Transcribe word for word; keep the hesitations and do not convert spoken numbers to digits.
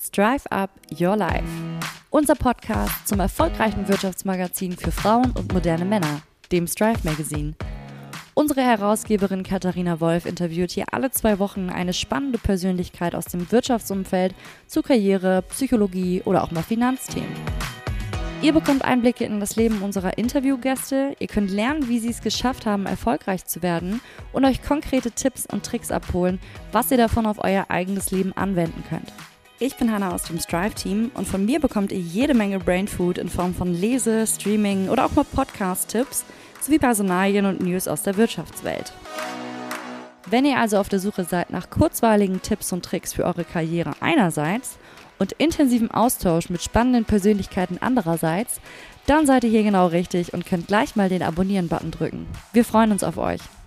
Strive Up Your Life. Unser Podcast zum erfolgreichen Wirtschaftsmagazin für Frauen und moderne Männer, dem Strive Magazine. Unsere Herausgeberin Katharina Wolf interviewt hier alle zwei Wochen eine spannende Persönlichkeit aus dem Wirtschaftsumfeld zu Karriere, Psychologie oder auch mal Finanzthemen. Ihr bekommt Einblicke in das Leben unserer Interviewgäste, ihr könnt lernen, wie sie es geschafft haben, erfolgreich zu werden und euch konkrete Tipps und Tricks abholen, was ihr davon auf euer eigenes Leben anwenden könnt. Ich bin Hannah aus dem Strive-Team und von mir bekommt ihr jede Menge Brainfood in Form von Lese-, Streaming- oder auch mal Podcast-Tipps sowie Personalien und News aus der Wirtschaftswelt. Wenn ihr also auf der Suche seid nach kurzweiligen Tipps und Tricks für eure Karriere einerseits und intensivem Austausch mit spannenden Persönlichkeiten andererseits, dann seid ihr hier genau richtig und könnt gleich mal den Abonnieren-Button drücken. Wir freuen uns auf euch.